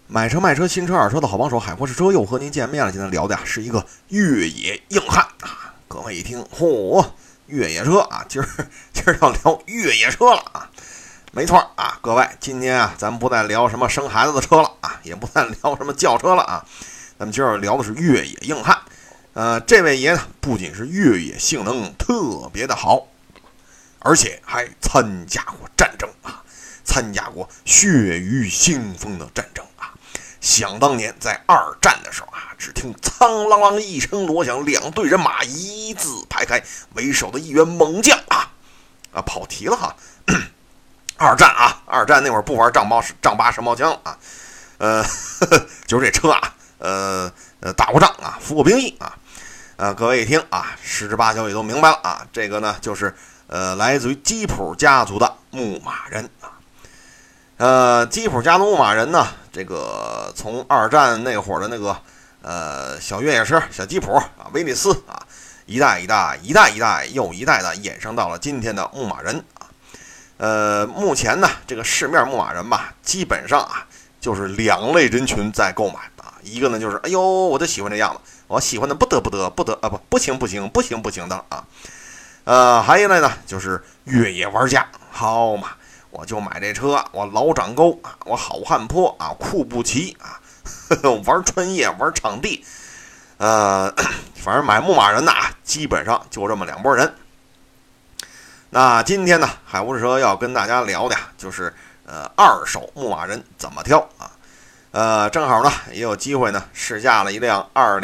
买车卖车新车二手车的好帮手海阔试车又和您见面了。今天聊的是一个越野硬汉啊！各位一听，嚯，越野车啊，今儿要聊越野车了啊！没错啊，各位，今天啊，咱们不再聊什么生孩子的车了啊，也不再聊什么轿车了啊，咱们今儿聊的是越野硬汉。这位爷呢，不仅是越野性能特别的好，而且还参加过战争啊，参加过血雨腥风的战争啊。想当年在二战的时候啊，只听苍啷啷一声锣响，两队人马一字排开，为首的一员猛将啊，跑题了哈。二战那会儿不玩丈八神矛枪啊，就是这车啊，打过仗啊，服过兵役啊，各位一听啊，十之八九也都明白了啊，这个呢就是来自于吉普家族的牧马人啊，吉普家族牧马人呢，这个从二战那会儿的那个小越野车小吉普啊，威利斯啊，一代又一代的衍生到了今天的牧马人啊。目前呢，这个市面牧马人吧，基本上啊就是两类人群在购买啊，一个呢就是哎呦，我就喜欢这样子，我喜欢的不行的啊，还有一类呢就是越野玩家，好嘛，我就买这车，我老掌沟啊，我好汉坡啊，库布齐啊，玩穿越玩场地，反正买牧马人呐，基本上就这么两拨人。那今天呢，海无蛇要跟大家聊的呀，就是二手牧马人怎么挑啊？正好呢也有机会呢试驾了一辆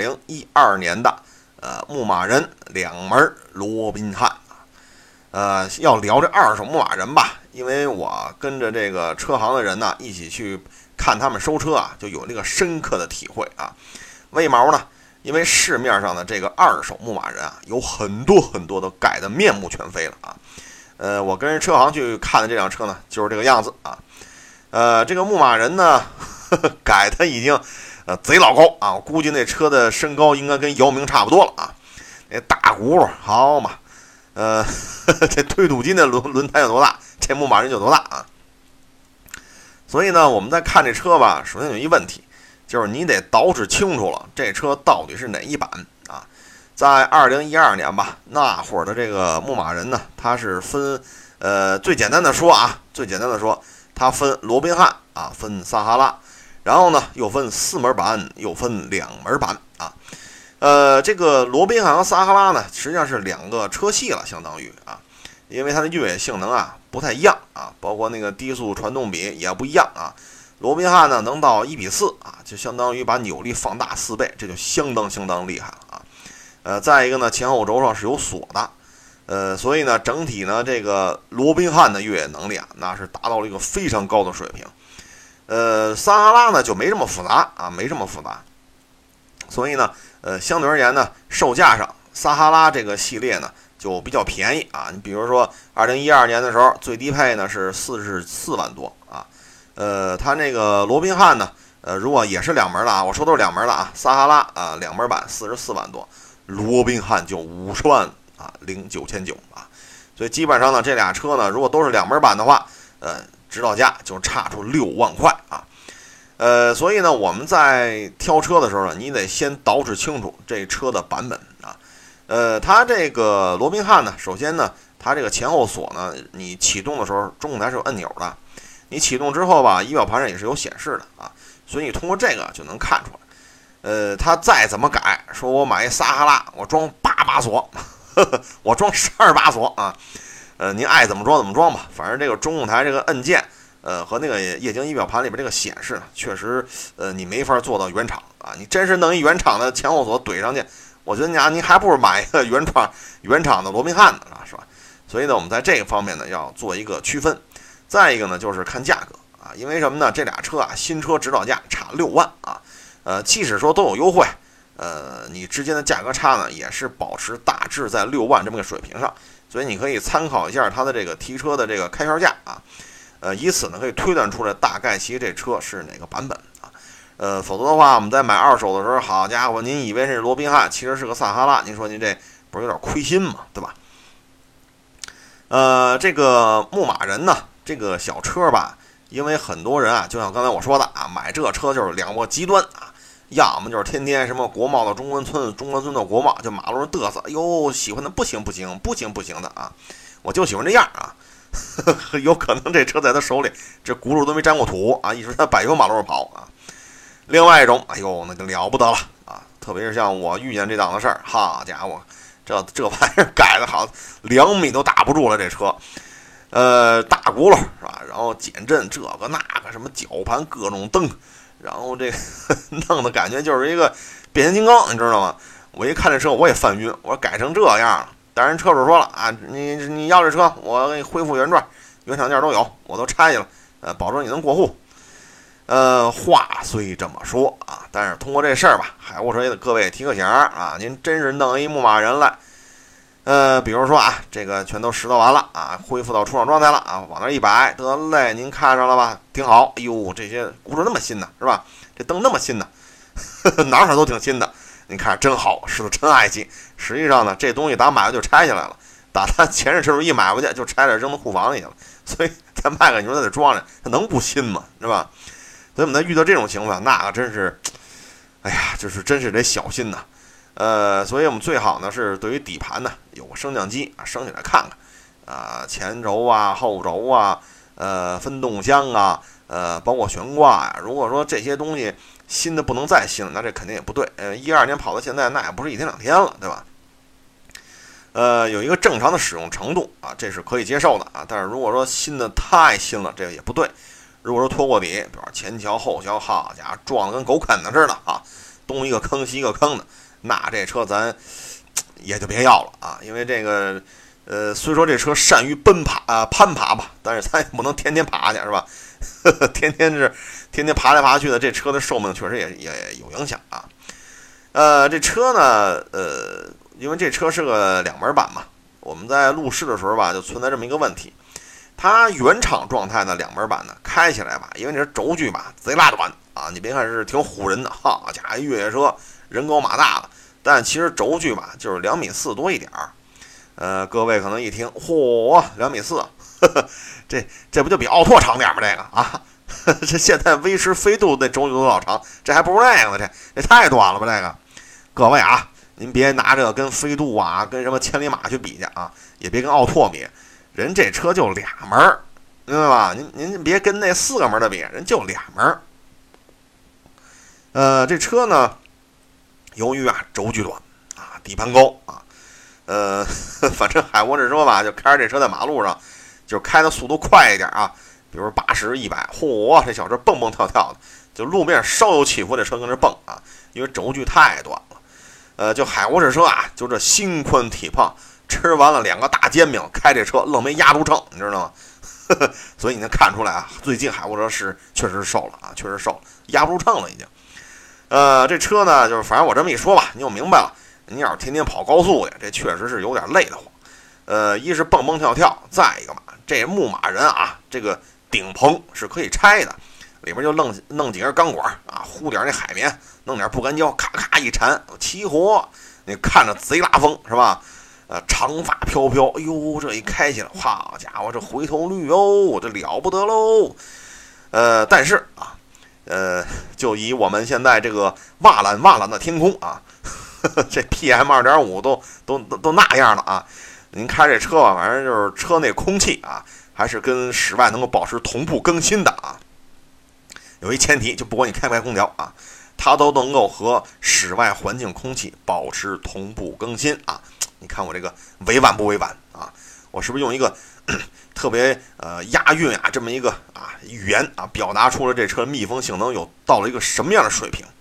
2012年的牧马人两门罗宾汉要聊这二手牧马人吧，因为我跟着这个车行的人呢一起去看他们收车啊，就有这个深刻的体会啊。为毛呢？因为市面上的这个二手牧马人啊，有很多都改的面目全非了啊。我跟人车行去看的这辆车呢，就是这个样子啊。这个牧马人呢，改的已经贼老高啊，我估计那车的身高应该跟姚明差不多了啊。那大轱辘好嘛，这推土机的轮胎有多大，这牧马人有多大啊？所以呢，我们在看这车吧，首先有一问题，就是你得捯饬清楚了，这车到底是哪一版啊？在2012年吧，那会儿的这个牧马人呢，它是分最简单的说，它分罗宾汉啊，分撒哈拉，然后呢又分4门版，又分2门版啊。这个罗宾汉和撒哈拉呢，实际上是两个车系了，相当于啊，因为它的越野性能啊不太一样啊，包括那个低速传动比也不一样啊。罗宾汉呢能到1:4啊，就相当于把扭力放大4倍，这就相当厉害了啊。再一个呢，前后轴上是有锁的，所以呢，整体呢，这个罗宾汉的越野能力啊，那是达到了一个非常高的水平。撒哈拉呢就没这么复杂啊，所以呢，相对而言呢，售价上撒哈拉这个系列呢就比较便宜啊。你比如说2012年的时候，最低配呢是44万多啊。它那个罗宾汉呢，如果也是2门的啊，我说都是2门的啊，撒哈拉啊2门版44万多。罗宾汉就50万啊，零9900啊，所以基本上呢，这俩车呢，如果都是2门版的话，指导价就差出6万块啊，所以呢，我们在挑车的时候呢，你得先捯饬清楚这车的版本啊，它这个罗宾汉呢，首先呢，它这个前后锁呢，你启动的时候中控台是有按钮的，你启动之后吧，仪表盘上也是有显示的啊，所以你通过这个就能看出来。他再怎么改，说我买一撒哈拉，我装8把锁，我装12把锁啊，您爱怎么装怎么装吧，反正这个中控台这个按键，和那个液晶仪表盘里边这个显示，确实，你没法做到原厂啊，你真是弄一原厂的前后锁怼上去，我觉得您还不如买一个原厂的罗宾汉的是吧？所以呢，我们在这个方面呢要做一个区分。再一个呢，就是看价格啊，因为什么呢？这俩车啊，新车指导价差6万啊。即使说都有优惠，你之间的价格差呢，也是保持大致在6万这么个水平上，所以你可以参考一下它的这个提车的这个开销价啊，以此呢可以推断出来大概其这车是哪个版本啊，否则的话，我们在买二手的时候，好家伙，您以为是罗宾汉，其实是个撒哈拉，您说您这不是有点亏心吗？对吧？这个牧马人呢，这个小车吧， 因为很多人啊，就像刚才我说的啊，买这车就是两个极端啊，要么就是天天什么国贸到中关村，中关村到国贸，就马路上嘚瑟，哎呦，喜欢的不行的啊，我就喜欢这样啊。有可能这车在他手里，这轱辘都没沾过土啊，一直在柏油马路上跑啊。另外一种，哎呦，那就了不得了啊！特别是像我遇见这档子事儿，好家伙，这玩意儿改的好，2米都打不住了这车。大轱辘是吧？然后减震这个那个，什么绞盘各种灯，然后这个弄的感觉就是一个变形金刚，你知道吗？我一看这车我也犯晕，我说改成这样了。当然车主说了啊，你要这车，我给你恢复原状，原厂件都有，我都拆去了，保证你能过户。话虽这么说啊，但是通过这事儿吧，海沃车也得各位提个醒啊，您真是弄一牧马人来，比如说啊，这个全都拾掇完了啊，恢复到出厂状态了啊，往那一摆，得嘞，您看上了吧？挺好，哎呦，这些轱辘那么新呢，是吧？这灯那么新呢，哪都挺新的。你看真好，是的，真爱惜。实际上呢，这东西打买回就拆下来了，打他前任车主一买回去就拆了，扔到库房里去了。所以再卖给你说他得装着，他能不新吗？是吧？所以我们在遇到这种情况，那个真是，哎呀，就是真是得小心呐。所以我们最好呢是对于底盘呢有个升降机啊，升起来看看啊，前轴啊、后轴啊、分动箱啊、包括悬挂呀。如果说这些东西新的不能再新了，那这肯定也不对。12年跑到现在，那也不是一天两天了，对吧？有一个正常的使用程度啊，这是可以接受的啊。但是如果说新的太新了，这个也不对。如果说拖过底，比如说前桥后桥，好家伙，撞得跟狗啃的似的啊，东一个坑西一个坑的，那这车咱也就别要了啊。因为这个虽说这车善于攀爬吧，但是咱也不能天天爬去，是吧？天天爬来爬去的，这车的寿命确实也有影响啊。这车呢，因为这车是个2门版嘛，我们在路试的时候吧，就存在这么一个问题。它原厂状态的2门版呢，开起来吧，因为这轴距吧贼拉短啊，你别看是挺唬人的，好家伙，越野车人高马大了，但其实轴距吧就是2.4米多一点儿。各位可能一听，嚯，2.4米，呵呵，这不就比奥拓长点吗？这个啊，这现在威驰飞度那轴距都老长，这还不如那个呢，这太短了吧？这个，各位啊，您别拿这个跟飞度啊，跟什么千里马去比去啊，也别跟奥拓比。人这车就2门，明白吧？您别跟那4个门的比，人就2门。这车呢，由于啊轴距短啊，底盘高啊，反正海沃这车吧，就开着这车在马路上，就开的速度快一点啊，比如80、100，嚯，这小车蹦蹦跳跳的，就路面稍有起伏，这车跟着蹦啊，因为轴距太短了。就海沃这车啊，就这心宽体胖。吃完了2个大煎饼，开这车愣没压住秤，你知道吗？所以你能看出来啊，最近海沃车确实瘦了啊，确实瘦了，压不住秤了已经。这车呢，就是反正我这么一说吧，你就明白了。你要是天天跑高速去，这确实是有点累得慌。一是蹦蹦跳跳，再一个嘛，这牧马人啊，这个顶棚是可以拆的，里边就弄几根钢管啊，糊点那海绵，弄点不干胶，咔咔一缠，齐活，你看着贼拉风是吧？长发飘飘，哎呦，这一开起来，好家伙，这回头率哦，这了不得喽。但是啊，就以我们现在这个瓦蓝的天空啊，这 PM 2.5都那样了啊。您开这车吧，反正就是车内空气啊，还是跟室外能够保持同步更新的啊。有一前提，就不管你开不开空调啊，它都能够和室外环境空气保持同步更新啊。你看我这个委婉不委婉啊？我是不是用一个特别押韵啊这么一个语言啊，表达出了这车密封性能到了一个什么样的水平？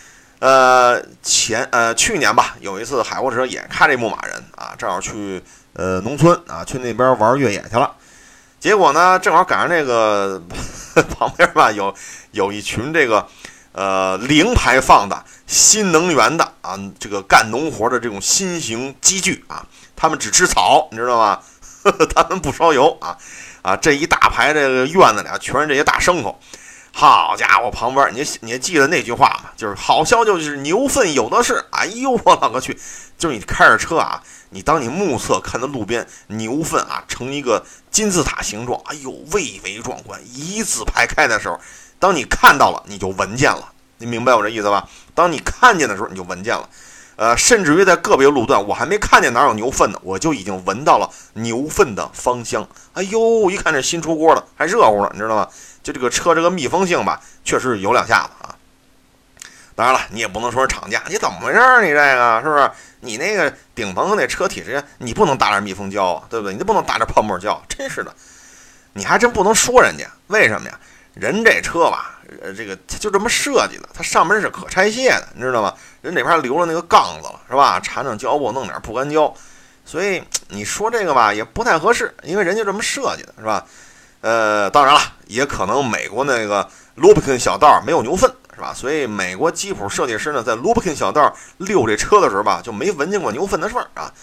去年吧，有一次海沃车也开这牧马人啊，正好去农村啊，去那边玩越野去了。结果呢，正好赶上这个旁边吧有一群这个零排放的新能源的啊，这个干农活的这种新型机具啊，他们只吃草，你知道吗？他们不烧油啊，这一大排这个院子里啊，全是这些大牲口好家伙，旁边你还记得那句话吗？就是好消息就是牛粪有的是。哎呦我勒个去！就是你开着车啊，当你目测看到路边牛粪啊成一个金字塔形状，哎呦蔚为壮观，一字排开的时候，当你看到了，你就闻见了。你明白我这意思吧？当你看见的时候，你就闻见了。甚至于在个别路段，我还没看见哪有牛粪呢，我就已经闻到了牛粪的芳香。哎呦，一看这新出锅的，还热乎了，你知道吗？就这个车这个密封性吧，确实有两下子啊。当然了，你也不能说是厂家，你怎么回事？你这个是不是？你那个顶棚那车体这你不能搭点密封胶啊，对不对？你都不能搭点泡沫胶，真是的。你还真不能说人家，为什么呀？人这车吧，这个它就这么设计的，它上面是可拆卸的，你知道吗？人这边留了那个杠子了，是吧？缠上胶布，弄点不干胶，所以你说这个吧也不太合适，因为人家这么设计的，是吧？当然了，也可能美国那个 Lubrican 小道没有牛粪，是吧？所以美国吉普设计师呢，在 Lubrican 小道溜这车的时候吧，就没闻见过牛粪的事儿啊。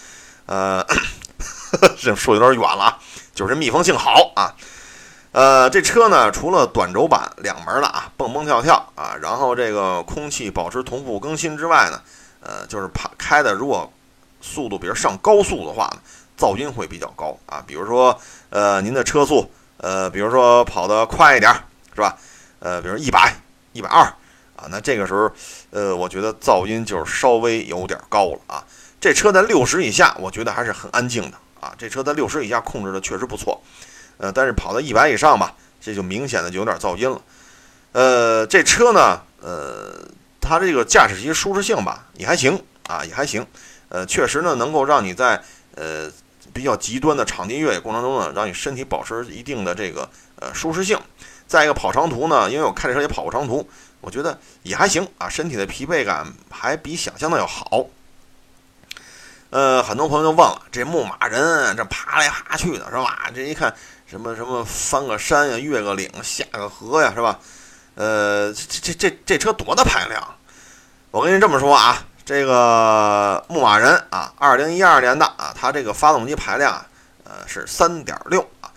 这说有点远了啊，就是密封性好啊。这车呢，除了短轴版两门的啊，蹦蹦跳跳啊，然后这个空气保持同步更新之外呢，就是开的如果速度比如上高速的话呢，噪音会比较高啊。比如说您的车速比如说跑得快一点是吧？比如100、120啊，那这个时候我觉得噪音就是稍微有点高了啊。这车在60以下，我觉得还是很安静的啊。这车在60以下控制的确实不错。但是跑到100以上吧，这就明显的就有点噪音了。这车呢，它这个驾驶席舒适性吧也还行啊，也还行。确实呢，能够让你在比较极端的场地越野过程中呢，让你身体保持一定的这个舒适性。再一个跑长途呢，因为我开这车也跑过长途，我觉得也还行啊，身体的疲惫感还比想象的要好。很多朋友就问了，这牧马人这爬来爬去的是吧？这一看什么翻个山呀，越个岭，下个河呀，是吧？这车多大排量？我跟您这么说啊，这个牧马人啊，2012年的啊，它这个发动机排量是3.6啊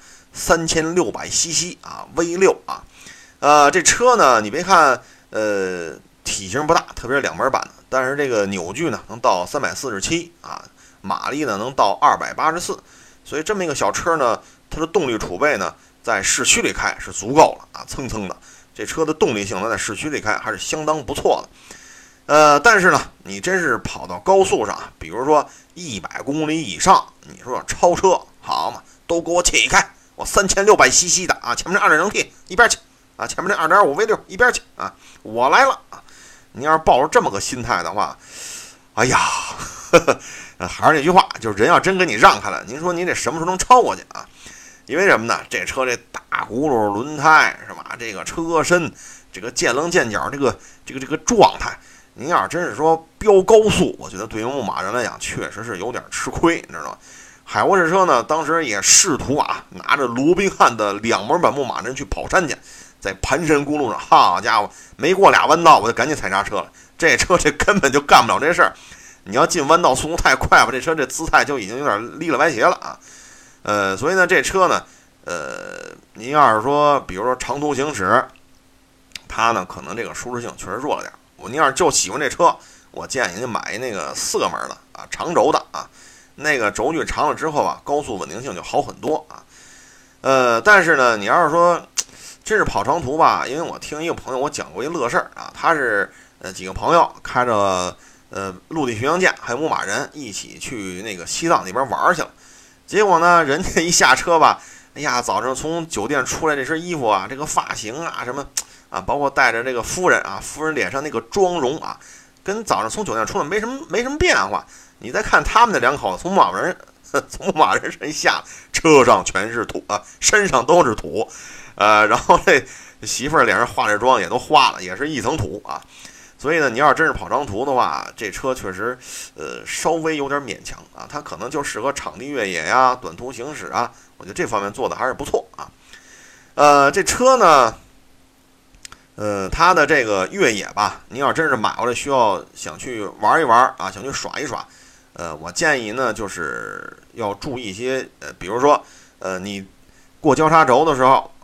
，3600cc 啊 ，V6 啊。这车呢，你别看体型不大，特别是两门版的，但是这个扭矩呢能到347啊，马力呢能到284，所以这么一个小车呢，它的动力储备呢，在市区里开是足够了啊，蹭蹭的。这车的动力性呢，在市区里开还是相当不错的。但是呢，你真是跑到高速上，比如说100公里以上，你说超车好嘛，都给我起开，我3600cc的啊，前面这 2.0T 一边去啊，前面这 2.5V6 一边去啊，我来了啊！你要是抱着这么个心态的话，哎呀，还是那句话，就是人要真跟你让开了，您说您这什么时候能超过去啊？因为什么呢？这车这大轱辘轮胎是吧？这个车身，这个见棱见角，这个状态，您要是真是说飙高速，我觉得对于牧马人来讲，确实是有点吃亏，你知道吗？海沃这车呢，当时也试图啊，拿着罗宾汉的2门版牧马人去跑山去。在盘山公路上，好家伙，没过俩弯道我就赶紧踩刹车了。这车这根本就干不了这事儿。你要进弯道速度太快吧，这车这姿态就已经有点立了歪斜了啊。所以呢，这车呢，您要是说，比如说长途行驶，它呢可能这个舒适性确实弱了点。您要是就喜欢这车，我建议您买那个4个门的啊，长轴的啊，那个轴距长了之后啊，高速稳定性就好很多啊。但是呢，你要是说真是跑长途吧，因为我听一个朋友我讲过一乐事儿啊，他是几个朋友开着陆地巡洋舰还有牧马人一起去那个西藏那边玩去了，结果呢，人家一下车吧，哎呀，早上从酒店出来这身衣服啊，这个发型啊什么啊，包括带着这个夫人啊，夫人脸上那个妆容啊，跟早上从酒店出来没什么变化。你再看他们那两口子从牧马人身下，车上全是土啊，身上都是土。然后这媳妇儿脸上化着妆也都花了，也是一层土啊。所以呢，你要是真是跑长途的话，这车确实稍微有点勉强啊。它可能就适合场地越野呀、短途行驶啊。我觉得这方面做的还是不错啊。这车呢，它的这个越野吧，你要真是买回来需要想去玩一玩啊，想去耍一耍，我建议呢就是要注意一些比如说你过交叉轴的时候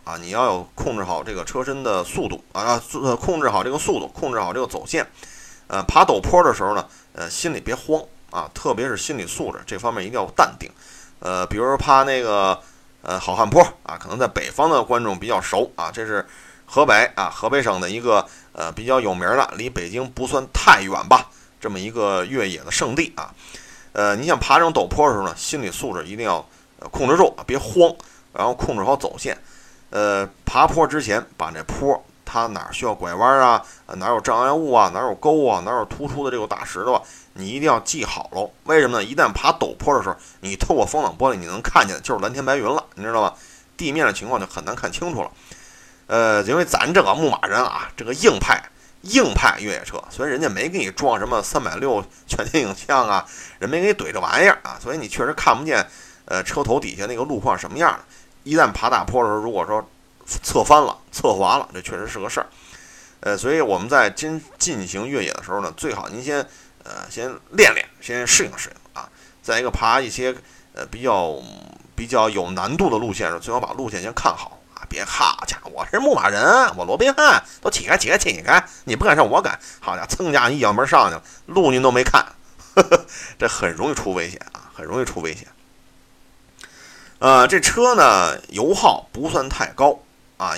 啊，你要有控制好这个车身的速度啊，控制好这个速度，控制好这个走线。爬陡坡的时候呢，心里别慌啊，特别是心理素质这方面一定要淡定。比如说爬那个好汉坡啊，可能在北方的观众比较熟啊，这是河北啊，河北省的一个比较有名的，离北京不算太远吧，这么一个越野的圣地啊。你想爬这种陡坡的时候呢，心理素质一定要控制住，别慌，然后控制好走线。爬坡之前把这坡它哪需要拐弯啊，哪有障碍物啊，哪有沟啊，哪有突出的这个大石头啊，你一定要记好喽。为什么呢？一旦爬陡坡的时候，你透过风挡玻璃你能看见的就是蓝天白云了，你知道吗？地面的情况就很难看清楚了。因为咱这个牧马人啊，这个硬派越野车，所以人家没给你装什么360全景影像啊，人没给你怼这玩意儿啊，所以你确实看不见车头底下那个路况什么样的。一旦爬大坡的时候，如果说侧翻了、侧滑了，这确实是个事儿。所以我们在进行越野的时候呢，最好您先练练，先适应适应啊。再一个爬一些比较有难度的路线时，最好把路线先看好啊，别好家伙，我是牧马人，我罗宾汉，都起开，你不敢上我敢，好家伙，蹭家一脚门上去了，路您都没看，这很容易出危险啊，很容易出危险。这车呢油耗不算太高啊，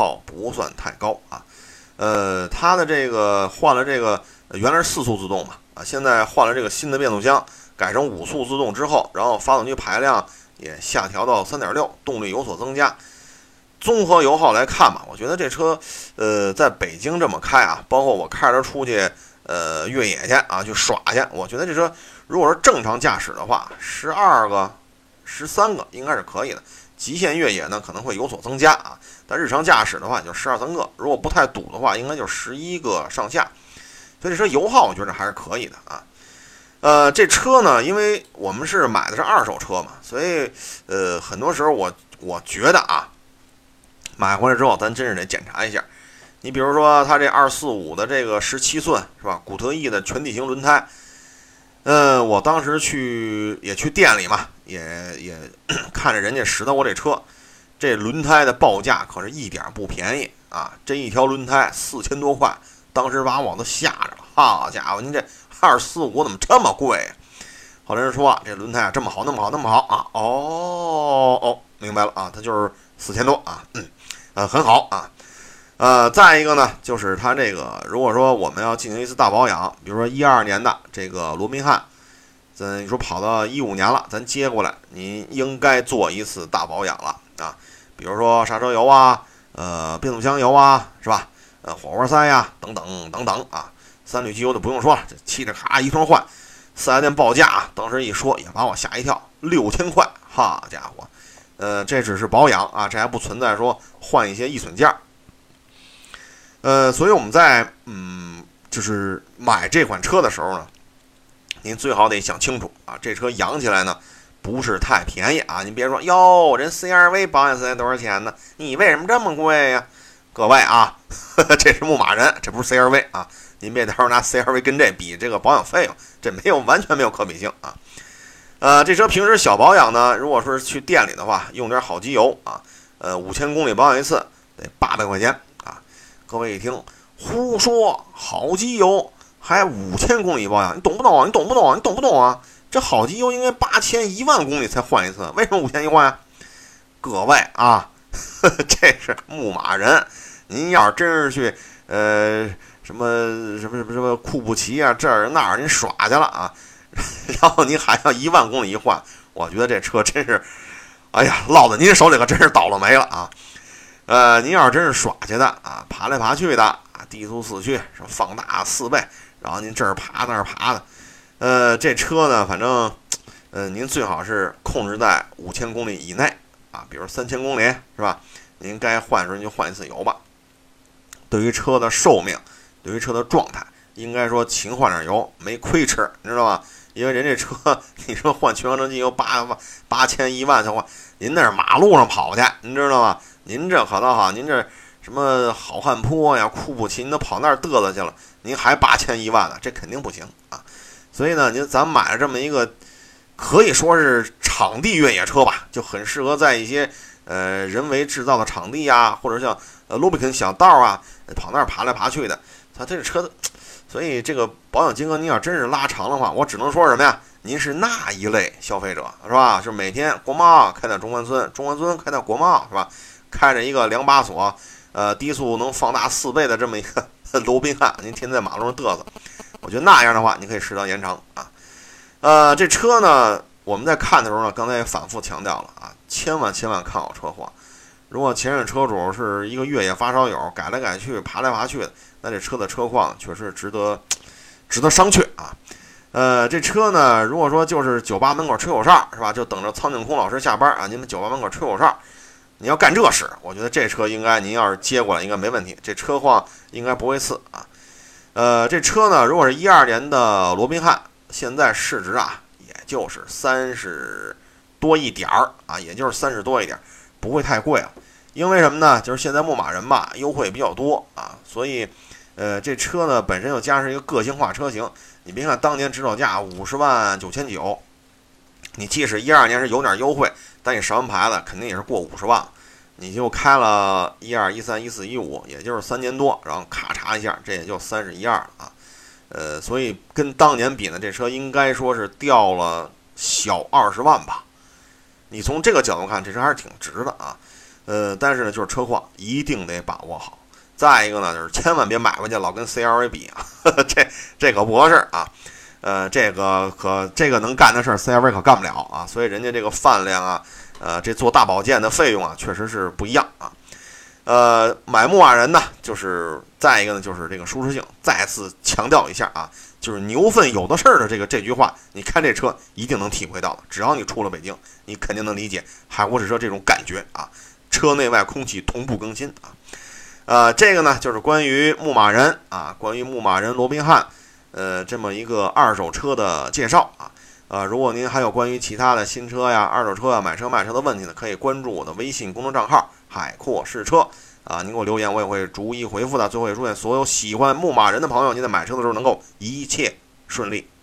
它的这个换了这个原来是4速自动嘛啊，现在换了这个新的变速箱，改成5速自动之后，然后发动机排量也下调到 3.6， 动力有所增加。综合油耗来看吧，我觉得这车在北京这么开啊，包括我开着出去越野去啊，去耍去，我觉得这车如果是正常驾驶的话，12个、13个应该是可以的。极限越野呢可能会有所增加啊，但日常驾驶的话也就12、13个，如果不太堵的话，应该就11个上下。所以这车油耗我觉得还是可以的啊。这车呢，因为我们是买的是二手车嘛，所以很多时候我觉得啊，买回来之后咱真是得检查一下。你比如说它这245的这个17寸是吧，古特异的全地形轮胎。我当时去店里嘛，也看着人家拾到我这车，这轮胎的报价可是一点不便宜啊！这一条轮胎4000多块，当时把我都吓着了。好家伙，您这245怎么这么贵？后来人说这轮胎这么好，那么好啊！明白了啊，它就是4000多啊，很好啊。再一个呢，就是它这个，如果说我们要进行一次大保养，比如说12年的这个罗宾汉，你说跑到15年了，咱接过来，你应该做一次大保养了啊。比如说刹车油啊，变速箱油啊，是吧？火花塞呀，等等啊。3滤机油就不用说了，这气着咔一通换，4S店报价啊，当时一说也把我吓一跳，6000块，好家伙！这只是保养啊，这还不存在说换一些易损件。所以我们在就是买这款车的时候呢，您最好得想清楚啊，这车养起来呢不是太便宜啊。您别说哟，人 CR-V 保养起来多少钱呢？你为什么这么贵呀？各位啊，这是牧马人，这不是 CR-V 啊。您别到时候拿 CR-V 跟这比这个保养费用，这完全没有可比性啊。这车平时小保养呢，如果说是去店里的话，用点好机油啊，5000公里保养一次得800块钱。各位一听，胡说，好机油还5000公里保养，你懂不懂啊？这好机油应该8000、10000公里才换一次，为什么5000一换啊？各位啊，这是牧马人，您要是真是去什么库布齐啊这儿那儿您耍去了啊，然后您还要10000公里一换，我觉得这车真是，哎呀，落在您手里可真是倒了霉了啊。您要是真是耍去的啊，爬来爬去的啊，低速4驱，什么放大4倍，然后您这儿爬那儿爬的，这车呢，反正，您最好是控制在5000公里以内啊，比如3000公里是吧？您该换的时候您就换一次油吧。对于车的寿命，对于车的状态，应该说勤换点油没亏吃，你知道吗？因为人这车，你说换全合成机油8000、10000才换，您那是马路上跑去，你知道吗？您这可倒好，您这什么好汉坡呀、库布齐，您都跑那儿嘚瑟去了，您还8000、10000的，这肯定不行啊！所以呢，咱买了这么一个可以说是场地越野车吧，就很适合在一些人为制造的场地呀，或者像路比肯小道啊，跑那儿爬来爬去的，它这个车的，所以这个保养金额您要真是拉长的话，我只能说什么呀？您是那一类消费者是吧？就是每天国贸开到中关村，中关村开到国贸是吧？开着一个2把锁，低速能放大4倍的这么一个罗宾汉，您天天在马路上嘚瑟，我觉得那样的话，你可以适当延长啊。这车呢，我们在看的时候呢，刚才也反复强调了啊，千万看好车况。如果前任车主是一个越野发烧友，改来改去，爬来爬去的，那这车的车况确实值得商榷啊。这车呢，如果说就是酒吧门口吹口哨是吧？就等着苍井空老师下班啊，你们酒吧门口吹口哨，你要干这事，我觉得这车应该您要是接过来应该没问题，这车况应该不会次啊。这车呢，如果是12年的罗宾汉，现在市值啊，也就是30多一点儿啊，也就是30多一点，不会太贵了。因为什么呢？就是现在牧马人吧，优惠比较多啊，所以这车呢本身又加上一个个性化车型。你别看当年指导价50.999万，你即使12年是有点优惠，但你上完牌子肯定也是过50万，你就开了12、13、14、15，也就是3年多，然后咔嚓一下，这也就30.12了啊。所以跟当年比呢，这车应该说是掉了小20万吧。你从这个角度看，这车还是挺值的啊。但是呢，就是车况一定得把握好。再一个呢，就是千万别买回去老跟 CRV 比啊，这可不合适啊。这个能干的事儿 CRV 可干不了啊。所以人家这个饭量啊，这做大保健的费用啊，确实是不一样啊。买牧马人呢，就是再一个呢，就是这个舒适性，再次强调一下啊，就是牛粪有的事儿的这句话，你开这车一定能体会到的。只要你出了北京，你肯定能理解海阔试车这种感觉啊，车内外空气同步更新啊。这个呢就是关于牧马人啊，关于牧马人罗宾汉，这么一个二手车的介绍啊。如果您还有关于其他的新车呀、二手车呀、买车卖车的问题呢，可以关注我的微信公众账号海阔试车啊，您给我留言，我也会逐一回复的。最后也祝愿所有喜欢牧马人的朋友，您在买车的时候能够一切顺利。